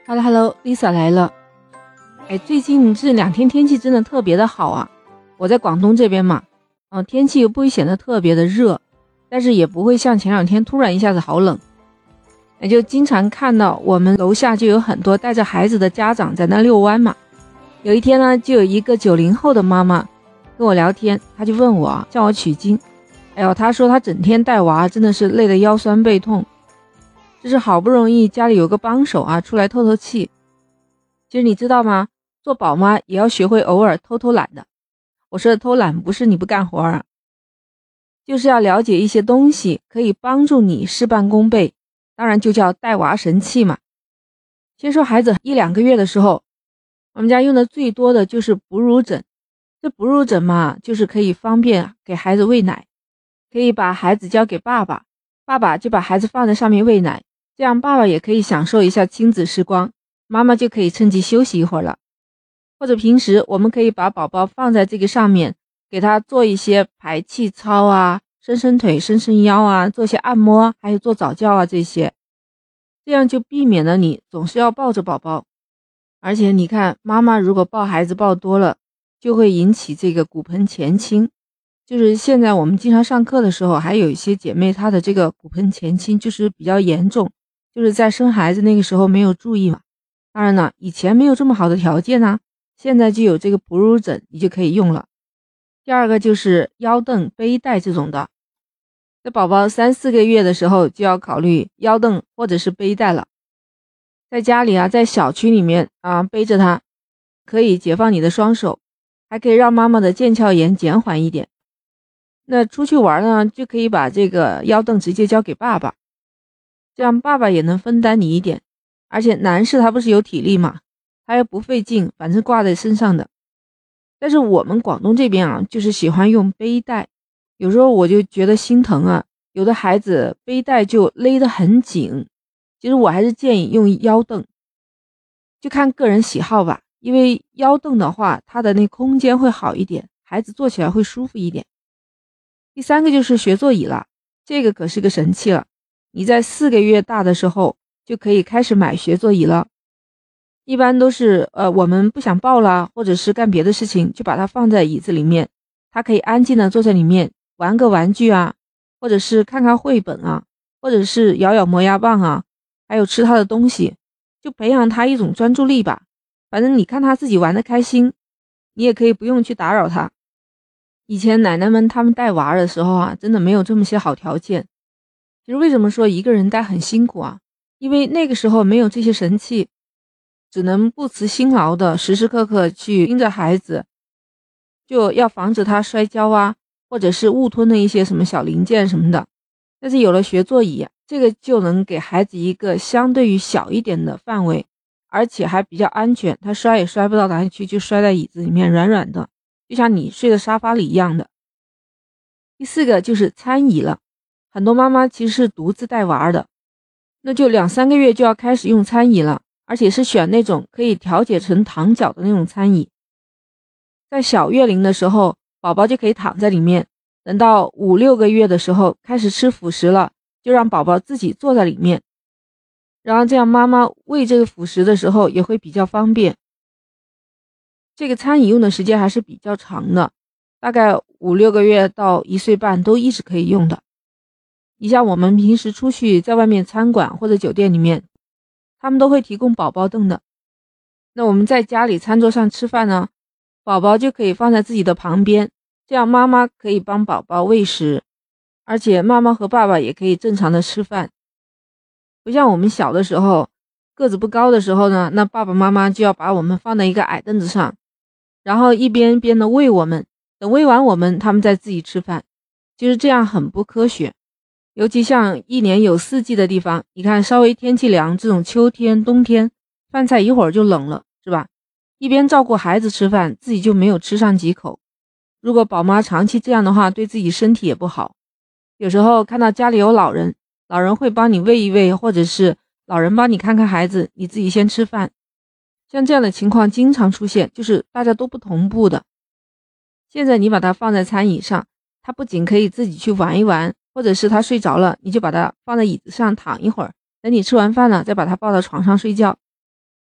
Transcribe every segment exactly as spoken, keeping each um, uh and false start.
Hello Hello，Lisa 来了。哎，最近这两天天气真的特别的好啊！我在广东这边嘛，嗯、呃，天气又不会显得特别的热，但是也不会像前两天突然一下子好冷。也就经常看到我们楼下就有很多带着孩子的家长在那遛弯嘛。有一天呢，就有一个九零后的妈妈跟我聊天，她就问我叫我取经。哎呦，她说她整天带娃，真的是累得腰酸背痛。这是好不容易家里有个帮手啊，出来透透气。其实你知道吗？做宝妈也要学会偶尔偷偷懒的。我说的偷懒不是你不干活啊，就是要了解一些东西，可以帮助你事半功倍。当然就叫带娃神器嘛。先说孩子一两个月的时候，我们家用的最多的就是哺乳枕。这哺乳枕嘛，就是可以方便给孩子喂奶，可以把孩子交给爸爸，爸爸就把孩子放在上面喂奶，这样爸爸也可以享受一下亲子时光，妈妈就可以趁机休息一会儿了。或者平时我们可以把宝宝放在这个上面，给他做一些排气操啊，伸伸腿伸伸腰啊，做些按摩，还有做早教啊，这些这样就避免了你总是要抱着宝宝。而且你看，妈妈如果抱孩子抱多了，就会引起这个骨盆前倾。就是现在我们经常上课的时候，还有一些姐妹她的这个骨盆前倾就是比较严重，就是在生孩子那个时候没有注意嘛。当然了，以前没有这么好的条件啊，现在就有这个哺乳枕，你就可以用了。第二个就是腰凳背带这种的，在宝宝三四个月的时候就要考虑腰凳或者是背带了。在家里啊，在小区里面啊，背着它可以解放你的双手，还可以让妈妈的腱鞘炎减缓一点。那出去玩呢，就可以把这个腰凳直接交给爸爸，这样爸爸也能分担你一点。而且男士他不是有体力嘛，他又不费劲，反正挂在身上的。但是我们广东这边啊，就是喜欢用背带，有时候我就觉得心疼啊，有的孩子背带就勒得很紧。其实我还是建议用腰凳，就看个人喜好吧。因为腰凳的话，它的那空间会好一点，孩子坐起来会舒服一点。第三个就是学座椅了，这个可是个神器了。你在四个月大的时候就可以开始买学座椅了。一般都是呃我们不想抱啦，或者是干别的事情，就把它放在椅子里面，他可以安静的坐在里面玩个玩具啊，或者是看看绘本啊，或者是摇摇磨牙棒啊，还有吃他的东西，就培养他一种专注力吧。反正你看他自己玩得开心，你也可以不用去打扰他。以前奶奶们他们带娃的时候啊，真的没有这么些好条件。其实为什么说一个人带很辛苦啊？因为那个时候没有这些神器，只能不辞辛劳的时时刻刻去盯着孩子，就要防止他摔跤啊，或者是误吞的一些什么小零件什么的。但是有了学座椅，这个就能给孩子一个相对于小一点的范围，而且还比较安全，他摔也摔不到哪里去，就摔在椅子里面软软的，就像你睡在沙发里一样的。第四个就是餐椅了，很多妈妈其实是独自带娃的，那就两三个月就要开始用餐椅了，而且是选那种可以调节成躺脚的那种餐椅。在小月龄的时候，宝宝就可以躺在里面，等到五六个月的时候开始吃辅食了，就让宝宝自己坐在里面，然后这样妈妈喂这个辅食的时候也会比较方便。这个餐椅用的时间还是比较长的，大概五六个月到一岁半都一直可以用的。你像我们平时出去在外面餐馆或者酒店里面，他们都会提供宝宝凳的。那我们在家里餐桌上吃饭呢，宝宝就可以放在自己的旁边，这样妈妈可以帮宝宝喂食，而且妈妈和爸爸也可以正常的吃饭。不像我们小的时候，个子不高的时候呢，那爸爸妈妈就要把我们放在一个矮凳子上，然后一边边的喂我们，等喂完我们，他们再自己吃饭。就是这样很不科学。尤其像一年有四季的地方，你看稍微天气凉，这种秋天冬天，饭菜一会儿就冷了，是吧？一边照顾孩子吃饭，自己就没有吃上几口。如果宝妈长期这样的话，对自己身体也不好。有时候看到家里有老人，老人会帮你喂一喂，或者是老人帮你看看孩子，你自己先吃饭。像这样的情况经常出现，就是大家都不同步的。现在你把它放在餐椅上，他不仅可以自己去玩一玩，或者是他睡着了，你就把他放在椅子上躺一会儿，等你吃完饭了再把他抱到床上睡觉。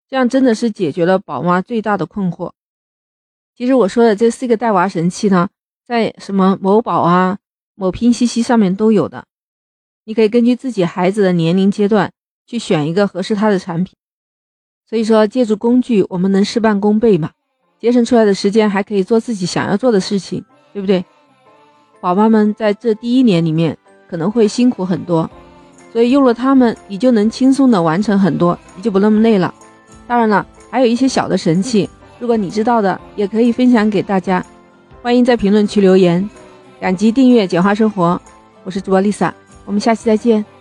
这样真的是解决了宝妈最大的困惑。其实我说的这四个带娃神器呢，在什么某宝啊、某拼夕夕上面都有的，你可以根据自己孩子的年龄阶段去选一个合适他的产品。所以说借助工具我们能事半功倍嘛，节省出来的时间还可以做自己想要做的事情，对不对？宝妈们在这第一年里面可能会辛苦很多，所以用了它们你就能轻松的完成很多，你就不那么累了。当然了，还有一些小的神器，如果你知道的也可以分享给大家，欢迎在评论区留言。感激订阅简化生活，我是主播 Lisa， 我们下期再见。